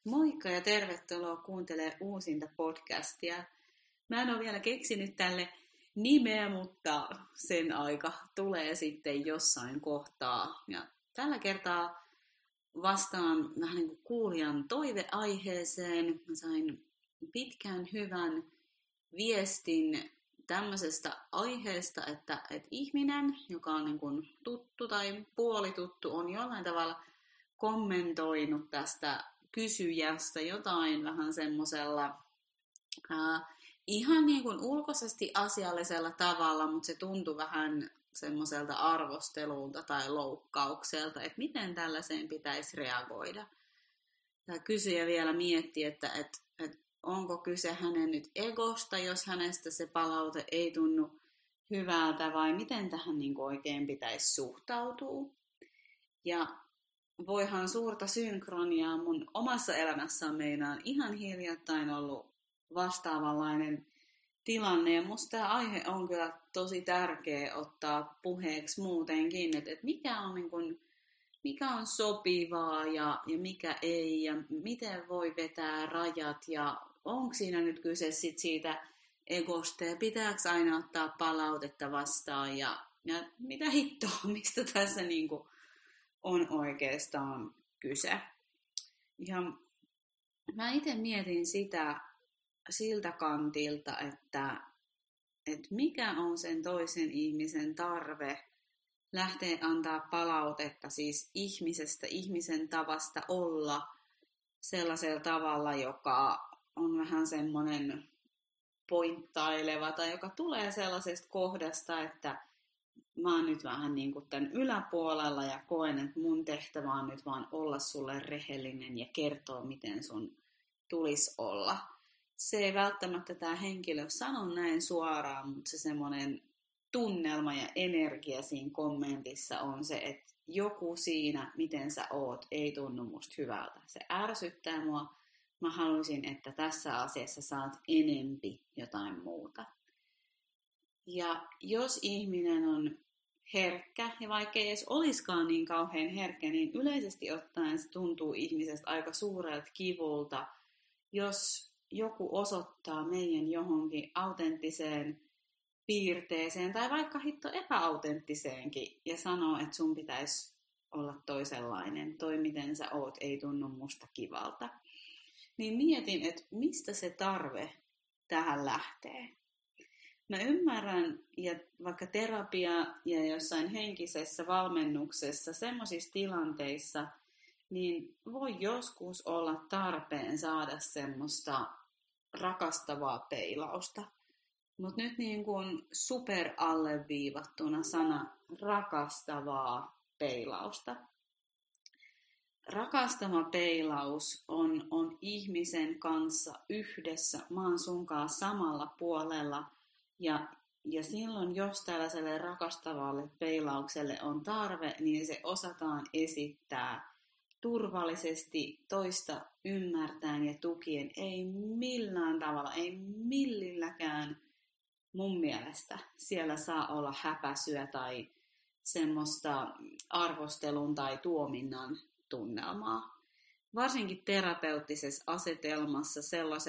Moikka ja tervetuloa kuuntelemaan uusinta podcastia. Mä en ole vielä keksinyt tälle nimeä, mutta sen aika tulee sitten jossain kohtaa. Ja tällä kertaa vastaan vähän niin kuin kuulijan toiveaiheeseen. Mä sain pitkän hyvän viestin tämmöisestä aiheesta, että ihminen, joka on niin kuin tuttu tai puolituttu, on jollain tavalla kommentoinut tästä kysyjästä jotain vähän semmoisella ihan niin kuin ulkoisesti asiallisella tavalla, mutta se tuntui vähän semmoiselta arvostelulta tai loukkaukselta, että miten tällaiseen pitäisi reagoida. Tämä kysyjä vielä mietti, että onko kyse hänen nyt egosta, jos hänestä se palaute ei tunnu hyvältä, vai miten tähän niin kuin oikein pitäisi suhtautua. Ja voihan suurta synkroniaa mun omassa elämässä meinaan ihan hiljattain ollut vastaavanlainen tilanne. Ja musta tämä aihe on kyllä tosi tärkeä ottaa puheeksi muutenkin, että mikä on sopivaa ja mikä ei ja miten voi vetää rajat ja onko siinä nyt kyse sit siitä egosta ja pitääkö aina ottaa palautetta vastaan ja mitä hittoa, mistä tässä niinku on oikeastaan kyse. Ja mä itse mietin sitä siltä kantilta, että mikä on sen toisen ihmisen tarve lähteä antaa palautetta siis ihmisestä, ihmisen tavasta olla sellaisella tavalla, joka on vähän semmoinen pointtaileva tai joka tulee sellaisesta kohdasta, että mä oon nyt vähän niin kuin tämän yläpuolella ja koen, että mun tehtävä on nyt vaan olla sulle rehellinen ja kertoa, miten sun tulisi olla. Se ei välttämättä tämä henkilö sano näin suoraan, mutta se semmoinen tunnelma ja energia siinä kommentissa on se, että joku siinä, miten sä oot, ei tunnu musta hyvältä. Se ärsyttää mua. Mä haluaisin, että tässä asiassa saat enempi jotain muuta. Ja jos ihminen on herkkä, ja vaikka ei edes olisikaan niin kauhean herkkä, niin yleisesti ottaen se tuntuu ihmisestä aika suurelta kivulta, jos joku osoittaa meidän johonkin autenttiseen piirteeseen tai vaikka hitto epäautenttiseenkin ja sanoo, että sun pitäisi olla toisenlainen, toi miten sä oot ei tunnu musta kivalta. Niin mietin, että mistä se tarve tähän lähtee. Mä ymmärrän, ja vaikka terapia ja jossain henkisessä valmennuksessa, semmoisissa tilanteissa, niin voi joskus olla tarpeen saada semmoista rakastavaa peilausta. Mutta nyt niin kuin superalleviivattuna sana rakastavaa peilausta. Rakastava peilaus on ihmisen kanssa yhdessä, mä oon sunkaan samalla puolella. Ja silloin, jos tällaiselle rakastavalle peilaukselle on tarve, niin se osataan esittää turvallisesti toista ymmärtäen ja tukien. Ei millään tavalla, ei millilläkään mun mielestä siellä saa olla häpäisyä tai semmoista arvostelun tai tuominnan tunnelmaa. Varsinkin terapeuttisessa asetelmassa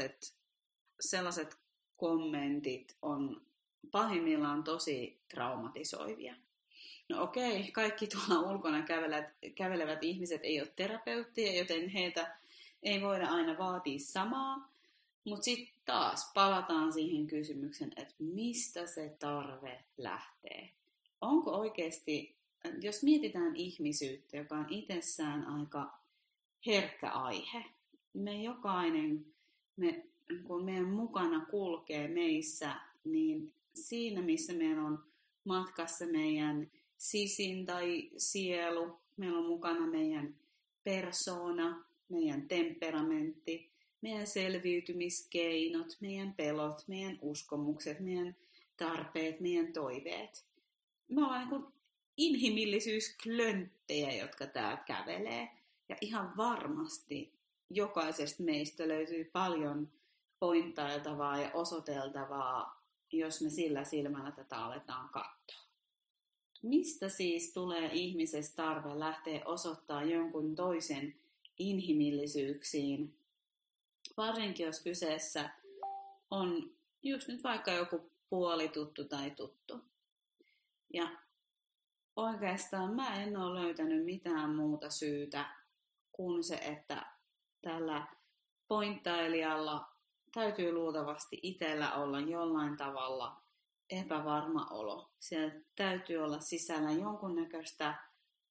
sellaiset kommentit on pahimmillaan tosi traumatisoivia. No okei, kaikki tuolla ulkona kävelevät ihmiset ei ole terapeutteja, joten heitä ei voida aina vaatia samaa. Mutta sitten taas palataan siihen kysymykseen, että mistä se tarve lähtee. Onko oikeasti, jos mietitään ihmisyyttä, joka on itsessään aika herkkä aihe, me jokainen, kun meidän mukana kulkee meissä, niin siinä missä meillä on matkassa meidän sisin tai sielu, meillä on mukana meidän persoona, meidän temperamentti, meidän selviytymiskeinot, meidän pelot, meidän uskomukset, meidän tarpeet, meidän toiveet. Me ollaan niin kuin inhimillisyysklönttejä, jotka täällä kävelee. Ja ihan varmasti jokaisesta meistä löytyy paljon pointtailtavaa ja osoiteltavaa, jos me sillä silmällä tätä aletaan katsoa. Mistä siis tulee ihmisestä tarve lähteä osoittaa jonkun toisen inhimillisyyksiin varsinkin jos kyseessä on just nyt vaikka joku puolituttu tai tuttu. Ja oikeastaan mä en ole löytänyt mitään muuta syytä kuin se, että tällä pointtailijalla täytyy luultavasti itsellä olla jollain tavalla epävarma olo. Siellä täytyy olla sisällä jonkunnäköistä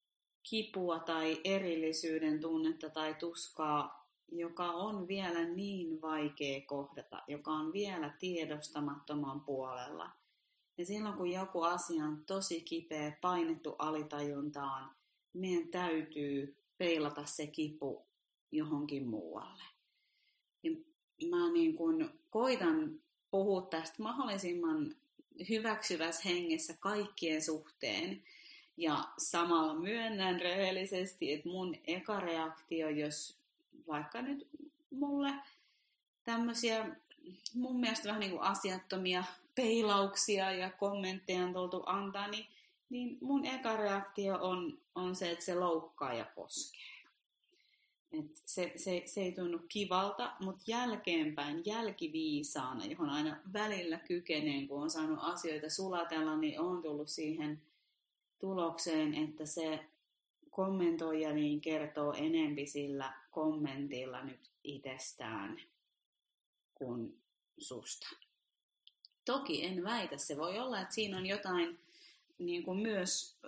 kipua tai erillisyyden tunnetta tai tuskaa, joka on vielä niin vaikea kohdata, joka on vielä tiedostamattoman puolella. Ja silloin kun joku asia on tosi kipeä, painettu alitajuntaan, meidän täytyy peilata se kipu johonkin muualle. Ja mä niin kun koitan puhua tästä mahdollisimman hyväksyvässä hengessä kaikkien suhteen. Ja samalla myönnän rehellisesti, että mun eka reaktio, jos vaikka nyt mulle tämmöisiä mun mielestä vähän niin kuin asiattomia peilauksia ja kommentteja on tultu antaa, niin mun eka reaktio on se, että se loukkaa ja koskee. Et se ei tunnu kivalta, mutta jälkeenpäin, jälkiviisaana, johon aina välillä kykeneen, kun on saanut asioita sulatella, niin on tullut siihen tulokseen, että se kommentoija niin kertoo enempi sillä kommentilla nyt itsestään kuin susta. Toki en väitä, se voi olla, että siinä on jotain niin kuin myös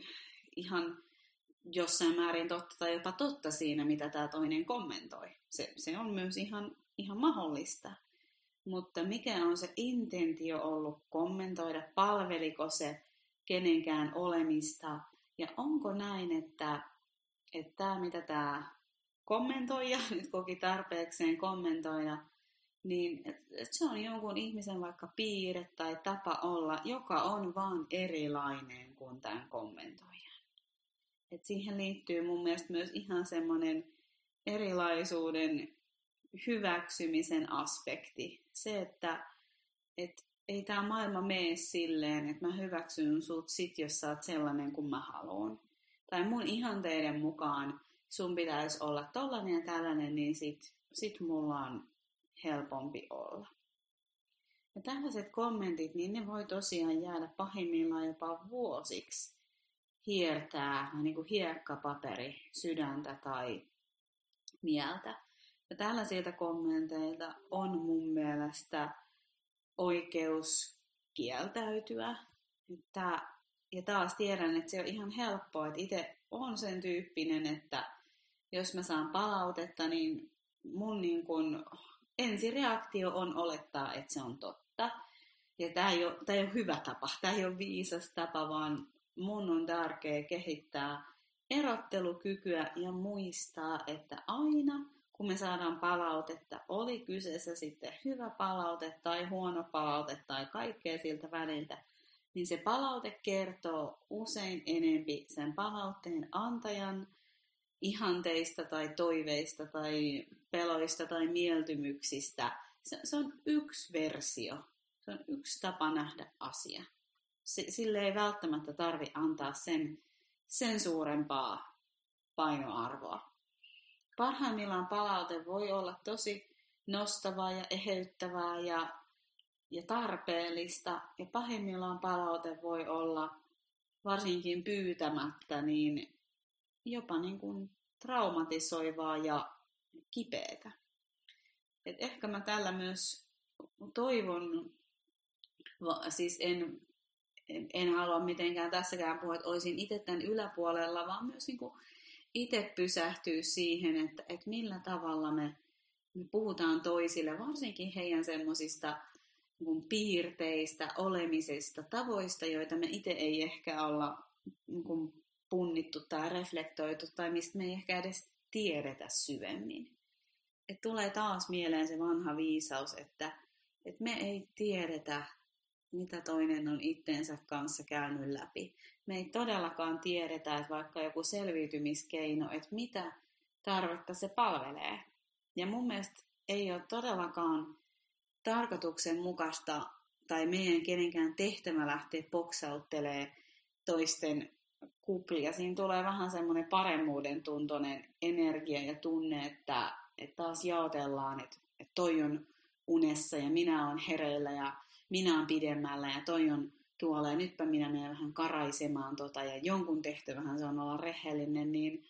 ihan jossain määrin totta tai jopa totta siinä, mitä tämä toinen kommentoi. Se on myös ihan mahdollista. Mutta mikä on se intentio ollut kommentoida, palveliko se kenenkään olemista, ja onko näin, että tämä mitä tämä kommentoija nyt koki tarpeekseen kommentoida, niin että se on jonkun ihmisen vaikka piirre tai tapa olla, joka on vaan erilainen kuin tämän kommentoijan. Et siihen liittyy mun mielestä myös ihan semmoinen erilaisuuden hyväksymisen aspekti. Se, että ei tämä maailma mene silleen, että mä hyväksyn sut sit, jos sä oot sellainen kuin mä haluan. Tai mun ihanteiden mukaan sun pitäisi olla tollainen ja tällainen, niin sit mulla on helpompi olla. Ja tällaiset kommentit, niin ne voi tosiaan jäädä pahimmillaan jopa vuosiksi hiertää, niin kuin hiekkapaperi, sydäntä tai mieltä. Ja tällaisilta kommenteilta on mun mielestä oikeus kieltäytyä. Ja taas tiedän, että se on ihan helppoa, että itse on sen tyyppinen, että jos mä saan palautetta, niin mun niin kun ensireaktio on olettaa, että se on totta. Ja tämä ei ole hyvä tapa, tämä ei ole viisas tapa, vaan mun on tärkeää kehittää erottelukykyä ja muistaa, että aina kun me saadaan palautetta, oli kyseessä sitten hyvä palaute tai huono palaute tai kaikkea siltä väliltä, niin se palaute kertoo usein enempi sen palautteen antajan ihanteista tai toiveista tai peloista tai mieltymyksistä. Se on yksi versio, se on yksi tapa nähdä asia. Sille ei välttämättä tarvitse antaa sen suurempaa painoarvoa. Parhaimmillaan palaute voi olla tosi nostavaa ja eheyttävää ja tarpeellista. Ja pahimmillaan palaute voi olla varsinkin pyytämättä niin jopa niin kuin traumatisoivaa ja kipeätä. Et ehkä mä tällä myös toivon, siis en halua mitenkään tässäkään puhua, että olisin itse tämän yläpuolella, vaan myös niin kuin itse pysähtyä siihen, että millä tavalla me puhutaan toisille, varsinkin heidän semmoisista niin piirteistä, olemisesta, tavoista, joita me itse ei ehkä olla niin punnittu tai reflektoitu, tai mistä me ei ehkä edes tiedetä syvemmin. Et tulee taas mieleen se vanha viisaus, että me ei tiedetä, mitä toinen on itsensä kanssa käynyt läpi. Me ei todellakaan tiedetä, että vaikka joku selviytymiskeino, että mitä tarvetta se palvelee. Ja mun mielestä ei ole todellakaan tarkoituksenmukaista tai meidän kenenkään tehtävä lähteä boksauttelemaan toisten kuplia. Siinä tulee vähän semmoinen paremmuuden tuntoinen energia ja tunne, että taas jaotellaan, että toi on unessa ja minä olen hereillä ja minä olen pidemmällä ja toi on tuolla ja nytpä minä menen vähän karaisemaan ja jonkun tehtävähän se on olla rehellinen, niin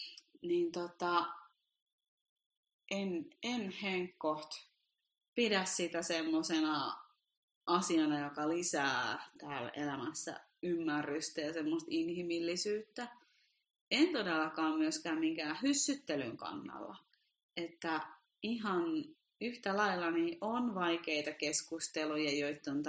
en henkkoht pidä sitä semmosena asiana, joka lisää täällä elämässä ymmärrystä ja semmoista inhimillisyyttä. En todellakaan myöskään minkään hyssyttelyn kannalla. Että ihan yhtä lailla niin on vaikeita keskusteluja, joita on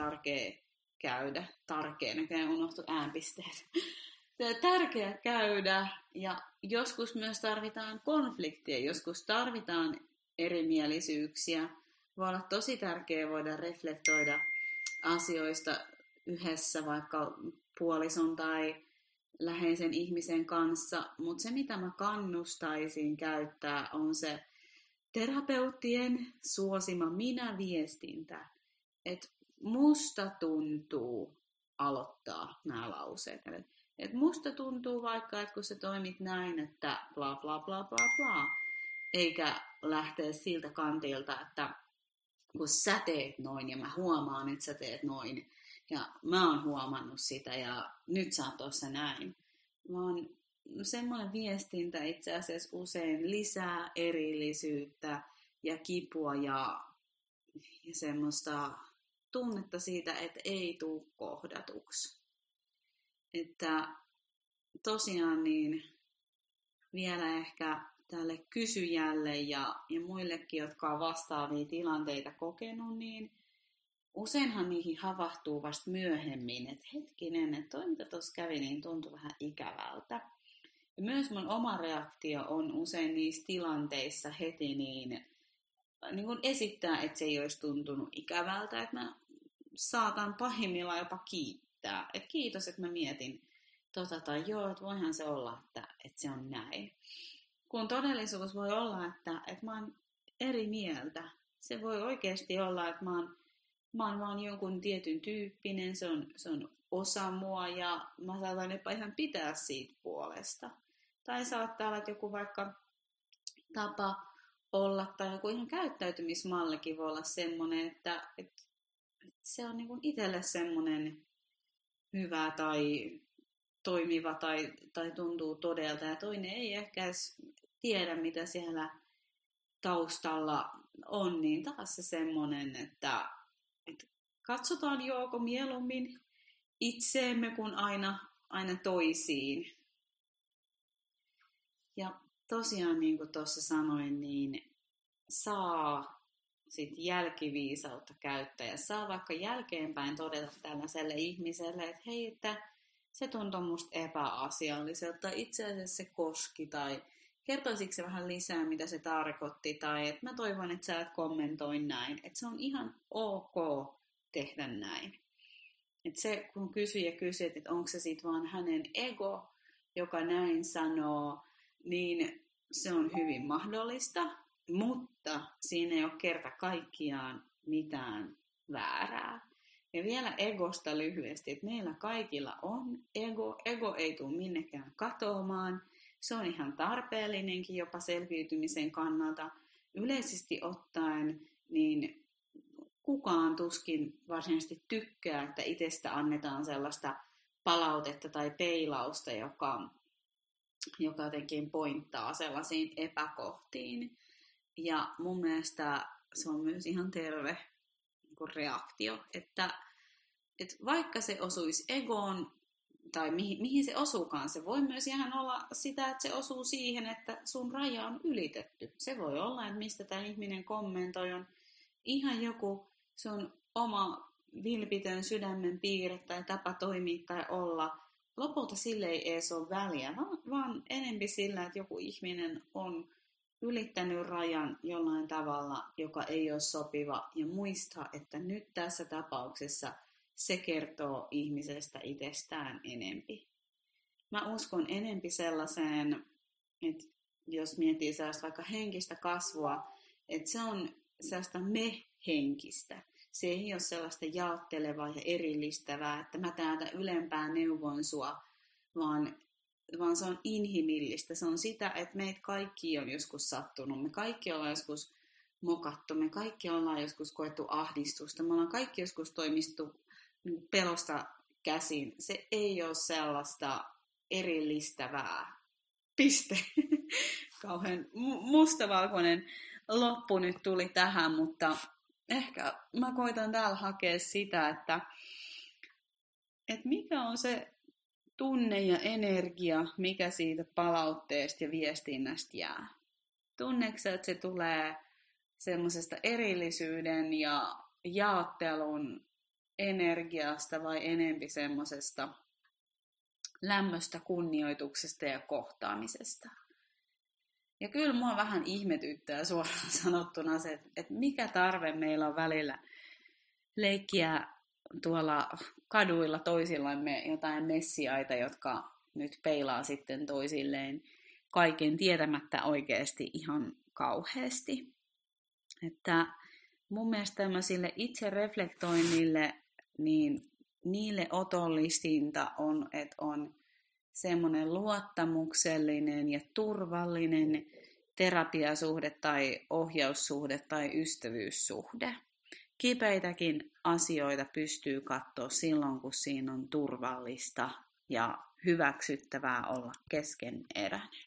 näköjään unohtu äänpisteet. Tärkeää käydä ja joskus myös tarvitaan konfliktia, joskus tarvitaan erimielisyyksiä. Voi olla tosi tärkeää voida reflektoida asioista yhdessä vaikka puolison tai läheisen ihmisen kanssa, mutta se mitä mä kannustaisin käyttää on se terapeuttien suosima minä-viestintä, että musta tuntuu aloittaa nämä lauseet. Et musta tuntuu vaikka, että kun sä toimit näin, että bla bla bla bla bla, eikä lähteä siltä kantilta, että kun sä teet noin ja mä huomaan, että sä teet noin ja mä oon huomannut sitä ja nyt sä oot tuossa näin. Vaan semmoinen viestintä itse asiassa usein lisää erillisyyttä ja kipua ja semmoista tunnetta siitä, että ei tule kohdatuksi. Että tosiaan niin vielä ehkä tälle kysyjälle ja muillekin, jotka on vastaavia tilanteita kokenut, niin useinhan niihin havahtuu vasta myöhemmin, että hetkinen, että toi mitä tuossa kävi, niin tuntui vähän ikävältä. Ja myös mun oma reaktio on usein niissä tilanteissa heti niin kuin esittää, että se ei olisi tuntunut ikävältä, että mä saatan pahimmillaan jopa kiittää. Että kiitos, että mä mietin tai joo, että voihan se olla, että se on näin. Kun todellisuus voi olla, että mä oon eri mieltä. Se voi oikeasti olla, että mä oon vaan jonkun tietyn tyyppinen, se on osa mua ja mä saatan jopa ihan pitää siitä puolesta. Tai saattaa olla, että joku vaikka tapa olla tai joku ihan käyttäytymismallikin voi olla semmoinen, että se on niin kuin itselle semmoinen hyvä tai toimiva tai tuntuu todelta ja toinen ei ehkä edes tiedä, mitä siellä taustalla on, niin taas se semmoinen, että katsotaan joko mieluummin itseemme kuin aina toisiin. Ja tosiaan, niin kuin tuossa sanoin, niin saa sit jälkiviisautta käyttää ja saa vaikka jälkeenpäin todeta tällaiselle ihmiselle, että hei, että se tuntui musta epäasialliselta, itse asiassa se koski tai kertoisitko se vähän lisää, mitä se tarkoitti tai että mä toivon, että sä et kommentoi näin, että se on ihan ok tehdä näin. Että se, kun kysyjä kysyt, että onko se sitten vaan hänen ego, joka näin sanoo, niin se on hyvin mahdollista, mutta siinä ei ole kerta kaikkiaan mitään väärää. Ja vielä egosta lyhyesti, että meillä kaikilla on ego. Ego ei tule minnekään katoamaan. Se on ihan tarpeellinenkin jopa selviytymisen kannalta. Yleisesti ottaen, niin kukaan tuskin varsinaisesti tykkää, että itsestä annetaan sellaista palautetta tai peilausta, joka jotenkin pointtaa sellaisiin epäkohtiin. Ja mun mielestä se on myös ihan terve reaktio, että vaikka se osuisi egoon, tai mihin se osuukaan, se voi myös ihan olla sitä, että se osuu siihen, että sun raja on ylitetty. Se voi olla, että mistä tämä ihminen kommentoi, on ihan joku sun oma vilpitön sydämen piirre tai tapa toimia tai olla. Lopulta sille ei edes ole väliä, vaan enempi sillä, että joku ihminen on ylittänyt rajan jollain tavalla, joka ei ole sopiva. Ja muista, että nyt tässä tapauksessa se kertoo ihmisestä itsestään enempi. Mä uskon enempi sellaiseen, että jos miettii sellaista vaikka henkistä kasvua, että se on sellaista me-henkistä. Se ei ole sellaista jaottelevaa ja erillistävää, että mä täältä ylempään neuvon sua, vaan vaan se on inhimillistä. Se on sitä, että meitä kaikki on joskus sattunut. Me kaikki ollaan joskus mokattu. Me kaikki ollaan joskus koettu ahdistusta. Me ollaan kaikki joskus toimistu pelosta käsin. Se ei ole sellaista erillistävää. Piste. Kauhean mustavalkoinen loppu nyt tuli tähän, mutta ehkä mä koitan täällä hakea sitä, että mikä on se tunne ja energia, mikä siitä palautteesta ja viestinnästä jää. Tunneeko sä, että se tulee semmoisesta erillisyyden ja jaottelun energiasta vai enempi semmoisesta lämmöstä, kunnioituksesta ja kohtaamisesta? Ja kyllä mua vähän ihmetyttää suoraan sanottuna se, että mikä tarve meillä on välillä leikkiä tuolla kaduilla toisillamme jotain messiaita, jotka nyt peilaa sitten toisilleen kaiken tietämättä oikeasti ihan kauheasti. Että mun mielestä tämmöisille itsereflektoinnille, niin niille otollisinta on, että on semmoinen luottamuksellinen ja turvallinen terapiasuhde tai ohjaussuhde tai ystävyyssuhde. Kipeitäkin asioita pystyy katsoa silloin, kun siinä on turvallista ja hyväksyttävää olla keskeneräinen.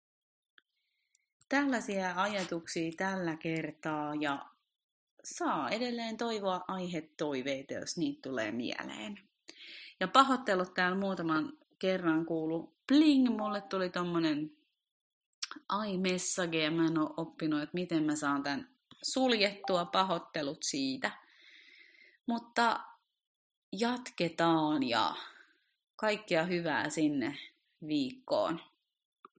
Tällaisia ajatuksia tällä kertaa ja saa edelleen toivoa aihetoiveita, jos niitä tulee mieleen. Ja pahoittelut täällä muutaman kerran kuulu bling, mulle tuli tommonen iMessage ja mä en oo oppinut, että miten mä saan tän suljettua, pahoittelut siitä. Mutta jatketaan ja kaikkea hyvää sinne viikkoon.